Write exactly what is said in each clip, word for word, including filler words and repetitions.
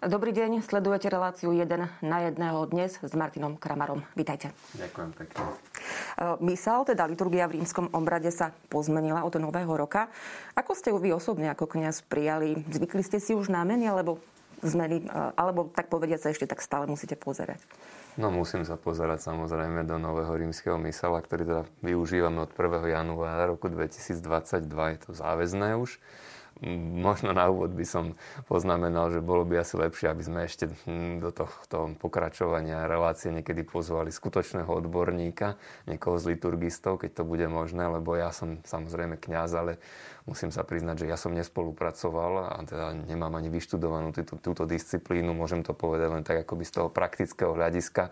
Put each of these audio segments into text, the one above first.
Dobrý deň, sledujete reláciu jeden na jedného dnes s Martinom Kramarom. Vítajte. Ďakujem pekne. Misál, teda liturgia v rímskom obrade sa pozmenila od nového roka. Ako ste ju vy osobne ako kňaz prijali? Zvykli ste si už na meny, alebo zmeny, alebo tak povediať sa ešte tak stále musíte pozerať? No musím sa pozerať samozrejme do nového rímskeho misála, ktorý teda využívame od prvého januára roku dvetisícdvadsaťdva. Je to záväzné už. Možno na úvod by som poznamenal, že bolo by asi lepšie, aby sme ešte do tohto pokračovania relácie niekedy pozvali skutočného odborníka, niekoho z liturgistov, keď to bude možné, lebo ja som samozrejme kňaz, ale musím sa priznať, že ja som nespolupracoval a teda nemám ani vyštudovanú túto, túto disciplínu, môžem to povedať len tak akoby z toho praktického hľadiska.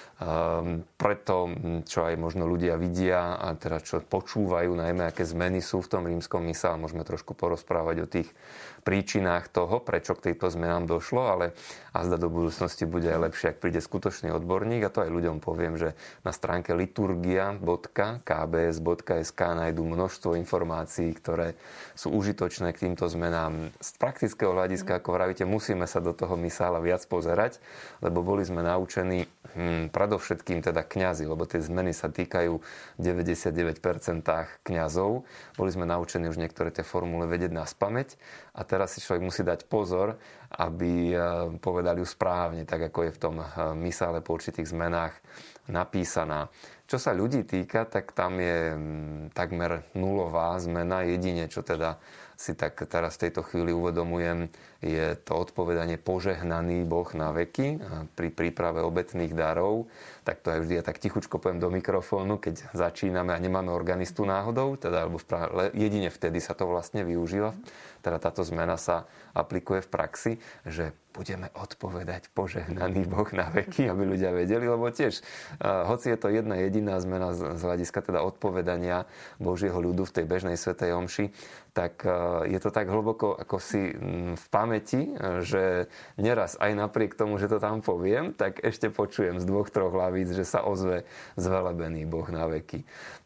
Um, preto, čo aj možno ľudia vidia a teda čo počúvajú, najmä aké zmeny sú v tom rímskom misále, môžeme trošku porozprávať o tých príčinách toho, prečo k tejto zmenám došlo, ale azda do budúcnosti bude aj lepšie, ak príde skutočný odborník, a to aj ľuďom poviem, že na stránke liturgia bodka k b s bodka es ká nájdú množstvo informácií, ktoré sú užitočné k týmto zmenám. Z praktického hľadiska, ako vravíte, musíme sa do toho misála viac pozerať, lebo boli sme naučení hm, predovšetkým teda kňazi, lebo tie zmeny sa týkajú deväťdesiatdeväť percent kňazov. Boli sme naučení už niektoré tie formule vedieť naspamäť a teraz si človek musí dať pozor, aby povedali ju správne, tak ako je v tom misále po určitých zmenách napísaná. Čo sa ľudí týka, tak tam je takmer nulová zmena. Jedine, čo teda si tak teraz v tejto chvíli uvedomujem, je to odpovedanie požehnaný Boh na veky pri príprave obetných darov. Tak to aj vždy ja tak tichučko poviem do mikrofónu, keď začíname a nemáme organistu náhodou, teda alebo v, jedine vtedy sa to vlastne využíva. Teda táto zmena sa aplikuje v praxi, že budeme odpovedať požehnaný Boh na veky, aby ľudia vedeli, lebo tiež, hoci je to jedna jediná zmena z hľadiska teda odpovedania Božieho ľudu v tej bežnej svätej omši, tak je to tak hlboko ako si v pamäti, že neraz aj napriek tomu, že to tam poviem, tak ešte počujem z dvoch, troch hlavíc, že sa ozve zvelebený Boh na veky.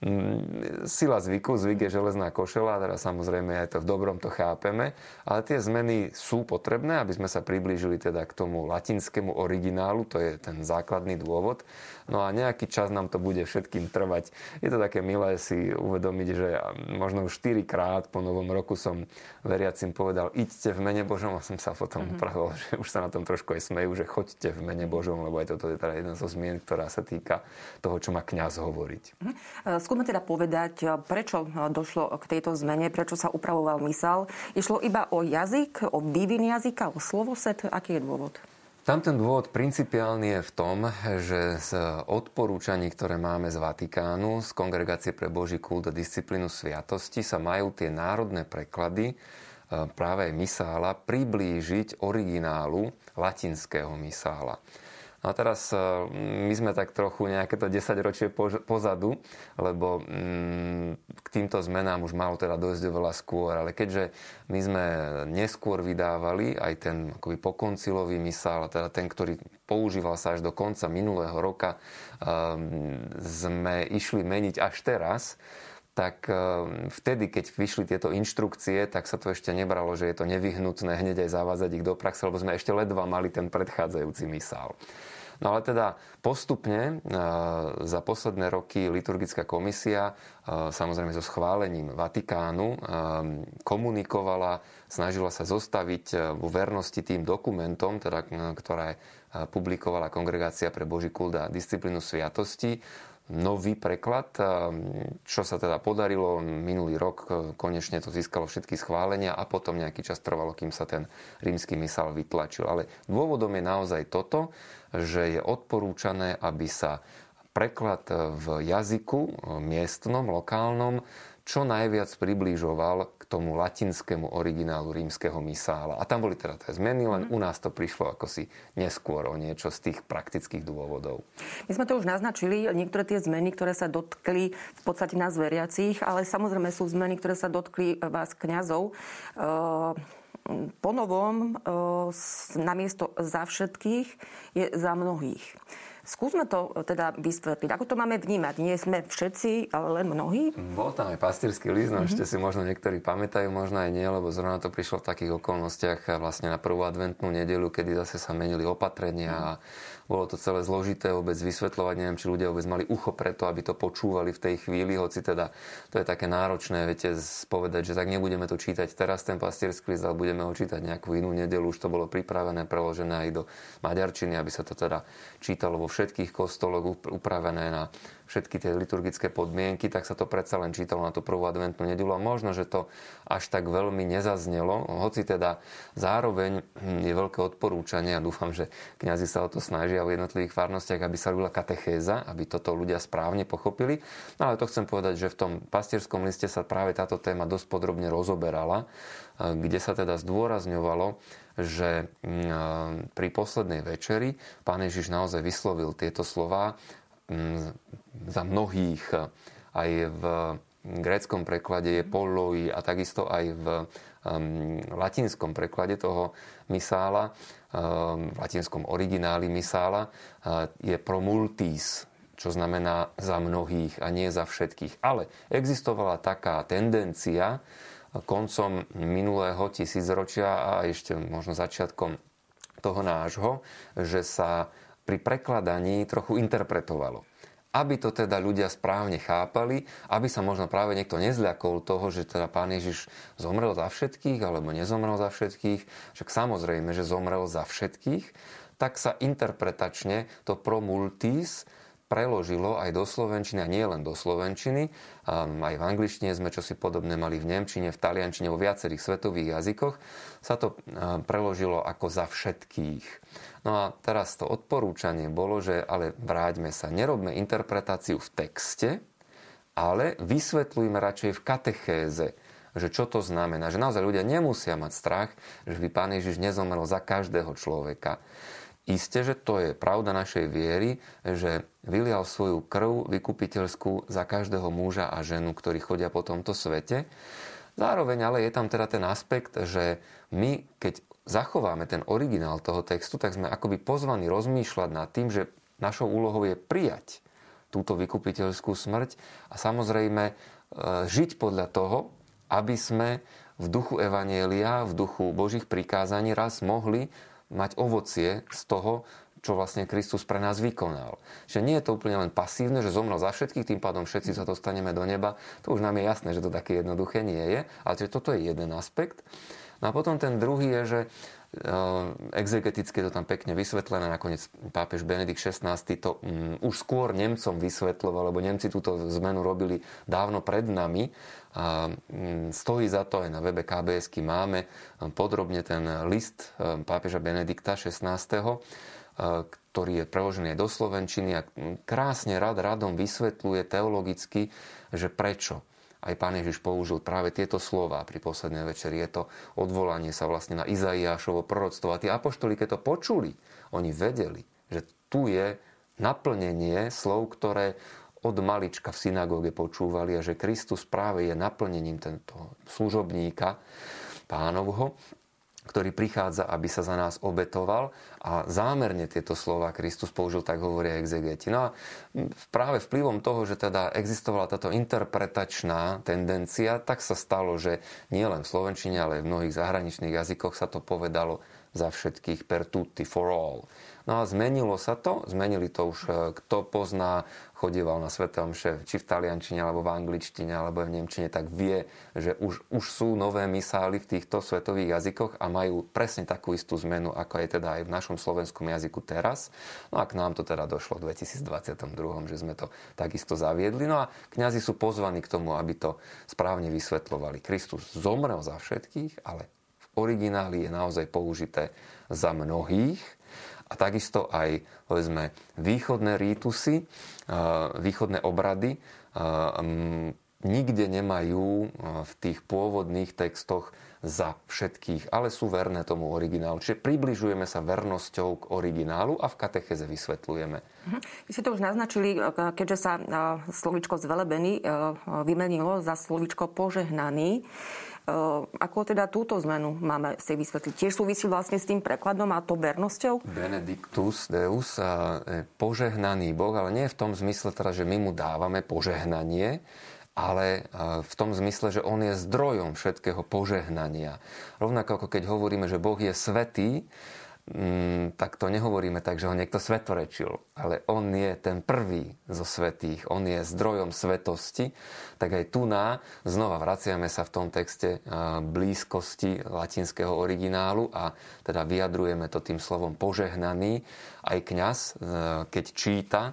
Sila zvyku, zvyk je železná košela, teda samozrejme aj to v dobrom to chápeme, ale tie zmeny sú potrebné, aby sme sa priblížili teda k tomu latinskému originálu, to je ten základný dôvod. No a nejaký čas nám to bude všetkým trvať. Je to také milé si uvedomiť, že možno už štyrikrát po novom roku som veriacim povedal, idte v mene Božom, a som sa potom mm-hmm. pravil, že už sa na tom trošku aj smejú, že choďte v mene Božom, lebo aj toto je teda jeden zo zmien, ktorá sa týka toho, čo má kňaz hovoriť. Mm-hmm. Skúsme teda povedať, prečo došlo k tejto zmene, prečo sa upravoval misál. Išlo iba o jazyk, o vývin jazyka, o slovoset? Aký je dôvod? Tam ten dôvod principiálny je v tom, že z odporúčaní, ktoré máme z Vatikánu, z Kongregácie pre Boží kult a disciplínu sviatosti, sa majú tie národné preklady práve misála priblížiť originálu latinského misála. No a teraz my sme tak trochu nejaké to desaťročie pozadu, lebo k týmto zmenám už malo teda dojsť oveľa skôr, ale keďže my sme neskôr vydávali aj ten akoby pokoncilový misál, teda ten, ktorý používal sa až do konca minulého roka, sme išli meniť až teraz, tak vtedy, keď vyšli tieto inštrukcie, tak sa to ešte nebralo, že je to nevyhnutné hneď aj zavádzať ich do praxe, lebo sme ešte ledva mali ten predchádzajúci misál. No ale teda postupne za posledné roky liturgická komisia, samozrejme so schválením Vatikánu, komunikovala, snažila sa zostaviť vo vernosti tým dokumentom, teda, ktoré publikovala Kongregácia pre Boží kult a disciplínu sviatosti, nový preklad, čo sa teda podarilo minulý rok, konečne to získalo všetky schválenia a potom nejaký čas trvalo, kým sa ten rímsky misál vytlačil. Ale dôvodom je naozaj toto, že je odporúčané, aby sa preklad v jazyku miestnom, lokálnom, čo najviac približoval k tomu latinskému originálu rímskeho misála. A tam boli teda tie zmeny, len u nás to prišlo ako si neskôr o niečo z tých praktických dôvodov. My sme to už naznačili, niektoré tie zmeny, ktoré sa dotkli v podstate nás veriacich, ale samozrejme sú zmeny, ktoré sa dotkli vás kňazov. Po novom namiesto za všetkých je za mnohých. Skúsme to teda vysvetliť. Ako to máme vnímať? Nie sme všetci, ale len mnohí? Bol tam aj pastierský list, no Mm-hmm. ešte si možno niektorí pamätajú, možno aj nie, lebo zrovna to prišlo v takých okolnostiach vlastne na prvú adventnú nedeľu, kedy zase sa menili opatrenia a bolo to celé zložité vôbec vysvetľovať. Neviem, či ľudia vôbec mali ucho preto, aby to počúvali v tej chvíli, hoci teda to je také náročné, viete, povedať, že tak nebudeme to čítať teraz ten pastierský list, ale budeme ho čítať nejakú inú nedeľu. Už to bolo pripravené, preložené aj do maďarčiny, aby sa to teda čítalo vo všetkých kostoloch, upravené na všetky tie liturgické podmienky, tak sa to predsa len čítalo na tú prvú adventnú nedeľu a možno, že to až tak veľmi nezaznelo, hoci teda zároveň je veľké odporúčanie a dúfam, že kňazi sa o to snažia v jednotlivých farnostiach, aby sa robila katechéza, aby toto ľudia správne pochopili. No ale to chcem povedať, že v tom pastierskom liste sa práve táto téma dosť podrobne rozoberala, kde sa teda zdôrazňovalo, že pri poslednej večeri Pán Ježiš naozaj vyslovil tieto slová za mnohých. Aj v gréckom preklade je polloi a takisto aj v um, latinskom preklade toho misála, um, v latinskom origináli misála uh, je pro multis, čo znamená za mnohých a nie za všetkých. Ale existovala taká tendencia koncom minulého tisícročia a ešte možno začiatkom toho nášho, že sa pri prekladaní trochu interpretovalo. Aby to teda ľudia správne chápali, aby sa možno práve niekto nezľakol toho, že teda Pán Ježiš zomrel za všetkých, alebo nezomrel za všetkých, však samozrejme, že zomrel za všetkých, tak sa interpretačne to pro multis preložilo aj do slovenčiny, a nie len do slovenčiny. Aj v angličtine sme čosi podobné mali, v nemčine, v taliančine, vo viacerých svetových jazykoch sa to preložilo ako za všetkých. No a teraz to odporúčanie bolo, že ale vráťme sa, nerobme interpretáciu v texte, ale vysvetlujme radšej v katechéze, že čo to znamená, že naozaj ľudia nemusia mať strach, že by Pán Ježiš nezomrel za každého človeka. Isté, že to je pravda našej viery, že vylial svoju krv vykupiteľskú za každého muža a ženu, ktorí chodia po tomto svete. Zároveň ale je tam teda ten aspekt, že my, keď zachováme ten originál toho textu, tak sme akoby pozvaní rozmýšľať nad tým, že našou úlohou je prijať túto vykupiteľskú smrť a samozrejme žiť podľa toho, aby sme v duchu evanjelia, v duchu Božích prikázaní raz mohli mať ovocie z toho, čo vlastne Kristus pre nás vykonal. Že nie je to úplne len pasívne, že zomrel za všetkých, tým pádom všetci sa dostaneme do neba. To už nám je jasné, že to také jednoduché nie je, ale že toto je jeden aspekt. No a potom ten druhý je, že exegeticky je to tam pekne vysvetlené. Nakoniec pápež Benedikt šestnásty to um, už skôr Nemcom vysvetľoval, lebo Nemci túto zmenu robili dávno pred nami. A, um, stojí za to, aj na webe ká bé esky máme um, podrobne ten list um, pápeža Benedikta šestnásteho, uh, ktorý je preložený do slovenčiny a krásne rad radom vysvetľuje teologicky, že prečo aj Pán Ježiš použil práve tieto slová pri poslednej večeri. Je to odvolanie sa vlastne na Izaiášovo proroctvo. A tí apoštoli, keď to počuli, oni vedeli, že tu je naplnenie slov, ktoré od malička v synagóge počúvali a že Kristus práve je naplnením tento služobníka Pánovho, ktorý prichádza, aby sa za nás obetoval a zámerne tieto slova Kristus použil, tak hovoria exegeti. No a práve vplyvom toho, že teda existovala táto interpretačná tendencia, tak sa stalo, že nie len v slovenčine, ale aj v mnohých zahraničných jazykoch sa to povedalo za všetkých, per tutti, for all. No a zmenilo sa to, zmenili to už, kto pozná, chodieval na sväté omše, či v taliančine, alebo v angličtine, alebo v nemčine, tak vie, že už, už sú nové misály v týchto svetových jazykoch a majú presne takú istú zmenu, ako je teda aj v našom slovenskom jazyku teraz. No a k nám to teda došlo v dvetisícdvadsaťdva, že sme to takisto zaviedli. No a kňazi sú pozvaní k tomu, aby to správne vysvetľovali. Kristus zomrel za všetkých, ale v origináli je naozaj použité za mnohých. A takisto aj, povedzme, východné rítusy, východné obrady nikde nemajú v tých pôvodných textoch za všetkých, ale sú verné tomu originálu. Čiže približujeme sa vernosťou k originálu a v katechéze vysvetľujeme. Vy ste to už naznačili, keďže sa slovíčko zvelebený vymenilo za slovíčko požehnaný. Ako teda túto zmenu máme si vysvetliť? Tiež súvisí vlastne s tým prekladom a to vernosťou? Benedictus Deus, požehnaný Boh, ale nie v tom zmysle teda, že my mu dávame požehnanie, ale v tom zmysle, že on je zdrojom všetkého požehnania. Rovnako ako keď hovoríme, že Boh je svätý, tak to nehovoríme tak, že ho niekto svetorečil, ale on je ten prvý zo svätých, on je zdrojom svetosti, tak aj tu na, znova vraciame sa v tom texte blízkosti latinského originálu a teda vyjadrujeme to tým slovom požehnaný. Aj kňaz, keď číta,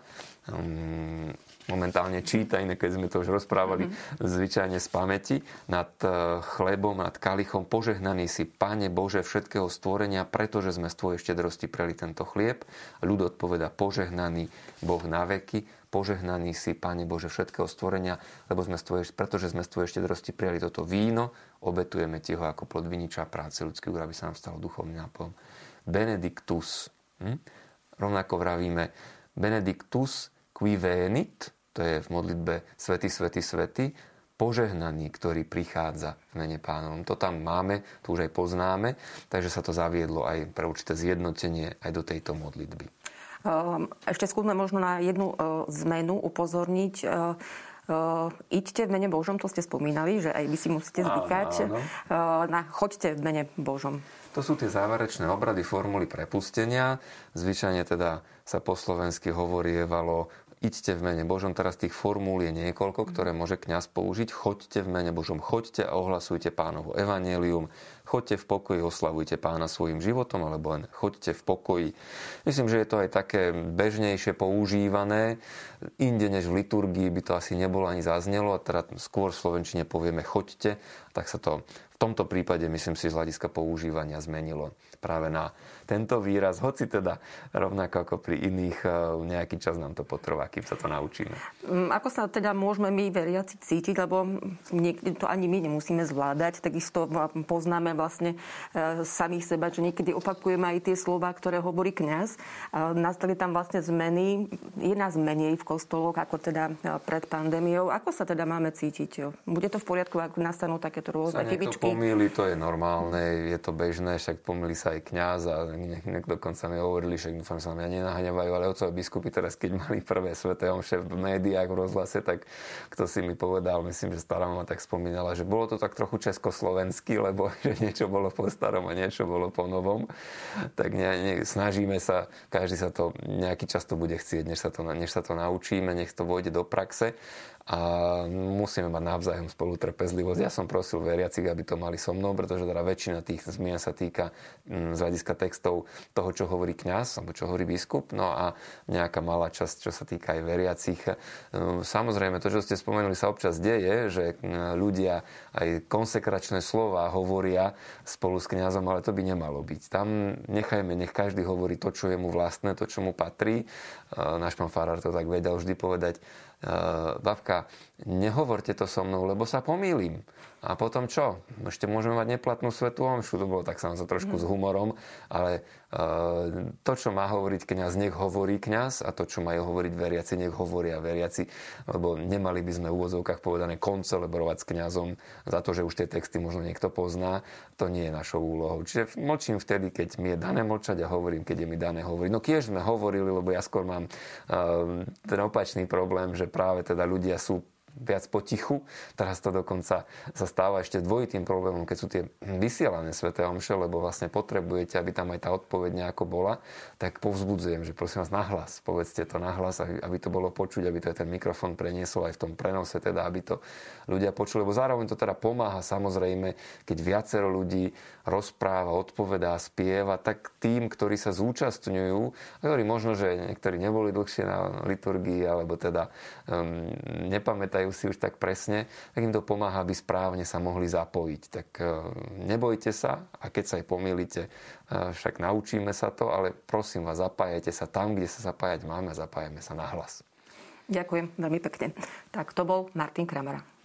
momentálne číta, inak keď sme to už rozprávali mm-hmm. zvyčajne z pamäti, nad chlebom, nad kalichovom, požehnaný si, Pane Bože všetkého stvorenia, pretože sme z Tvojej štedrosti preli tento chlieb. Ľud odpoveda, požehnaný Boh na veky, požehnaný si, Pane Bože všetkého stvorenia, lebo sme z tvojej, pretože sme z Tvojej štedrosti prijali toto víno, obetujeme Ti ho ako plod viniča práce ľudského, aby sa nám stalo duchovným nápojom. Benedictus. Hm? Rovnako vravíme Benedictus qui venit, to je v modlitbe Svätý, Svätý, Svätý, požehnaný, ktorý prichádza v mene Pánovom. To tam máme, to už aj poznáme, takže sa to zaviedlo aj pre určité zjednotenie aj do tejto modlitby. Ešte skúsme možno na jednu zmenu upozorniť. Uh, idte v mene Božom, to ste spomínali, že aj vy si musíte zvykať. Áno, áno. Uh, na choďte v mene Božom. To sú tie záverečné obrady formuly prepustenia. Zvyčajne teda sa po slovensky hovorievalo idte v mene Božom. Teraz tých formúl je niekoľko, ktoré môže kňaz použiť. Choďte v mene Božom, choďte a ohlasujte Pánovo evanjelium. Choďte v pokoji, oslavujte Pána svojim životom, alebo len choďte v pokoji. Myslím, že je to aj také bežnejšie používané. Inde než v liturgii by to asi nebolo ani zaznelo. A teda skôr v slovenčine povieme choďte, tak sa to v tomto prípade, myslím si, z hľadiska používania zmenilo práve na tento výraz, hoci teda rovnako ako pri iných nejaký čas nám to potrvá, kým sa to naučíme. Ako sa teda môžeme my veriaci cítiť, lebo to ani my nemusíme zvládať, takisto poznáme vlastne samých seba, že niekedy opakujeme aj tie slová, ktoré hovorí kňaz. Nastali tam vlastne zmeny, je nás menej v kostoloch ako teda pred pandémiou. Ako sa teda máme cítiť? Bude to v poriadku, ak nastanú takéto rôzne chybičky? Pomýli, to je normálne, je to bežné, však pomýli sa aj kňaz a niekto dokonca mi hovorili, že dúfam, sa mňa nenahnevajú, ale otcové biskupy teraz, keď mali prvé sväté omše v médiách, v rozhlase, tak kto si mi povedal, myslím, že stará mama tak spomínala, že bolo to tak trochu československy, lebo že niečo bolo po starom a niečo bolo po novom. Tak ne, ne, snažíme sa, každý sa to nejaký čas to bude chcieť, než sa to, než sa to naučíme, nech to vôjde do praxe. A musíme mať navzájom spolu trpezlivosť. Ja som prosil veriacich, aby to mali so mnou, pretože teda väčšina tých zmien sa týka z hľadiska textov toho, čo hovorí kňaz, alebo čo hovorí biskup, no a nejaká malá časť, čo sa týka aj veriacich. Samozrejme, to, čo ste spomenuli, sa občas deje, že ľudia aj konsekračné slová hovoria spolu s kňazom, ale to by nemalo byť. Tam nechajme, nech každý hovorí to, čo je mu vlastné, to, čo mu patrí. Náš pán farár to tak vedel vždy povedať, Babka, nehovorte to so mnou, lebo sa pomýlim. A potom čo? Ešte môžeme mať neplatnú svätú omšu. To bolo tak samozrejme trošku s humorom, ale uh, to, čo má hovoriť kňaz, nech hovorí kňaz a to, čo majú hovoriť veriaci, nech hovoria veriaci. Lebo nemali by sme v úvodzovkách povedané koncelebrovať s kňazom za to, že už tie texty možno niekto pozná. To nie je našou úlohou. Čiže mlčím vtedy, keď mi je dané mlčať a hovorím, keď je mi dané hovoriť. No kiež sme hovorili, lebo ja skôr mám uh, ten opačný problém, že práve teda ľudia sú viac potichu. Teraz to dokonca sa stáva ešte dvojitým problémom, keď sú tie vysielané sväté omše, lebo vlastne potrebujete, aby tam aj tá odpoveď nejako bola, tak povzbudzujem, že prosím vás nahlas, povedzte to nahlas, aby to bolo počuť, aby to aj ten mikrofón preniesol aj v tom prenose, teda aby to ľudia počuli, lebo zároveň to teda pomáha samozrejme, keď viacero ľudí rozpráva, odpovedá, spieva, tak tým, ktorí sa zúčastňujú, ktorí možno, že niektorí neboli dlhšie na liturgii, alebo teda um, nepamätajú si už tak presne, tak im to pomáha, aby správne sa mohli zapojiť. Tak uh, nebojte sa a keď sa aj pomýlite, uh, však naučíme sa to, ale prosím vás, zapájajte sa tam, kde sa zapájať máme a zapájame sa nahlas. Ďakujem veľmi pekne. Tak to bol Martin Kramara.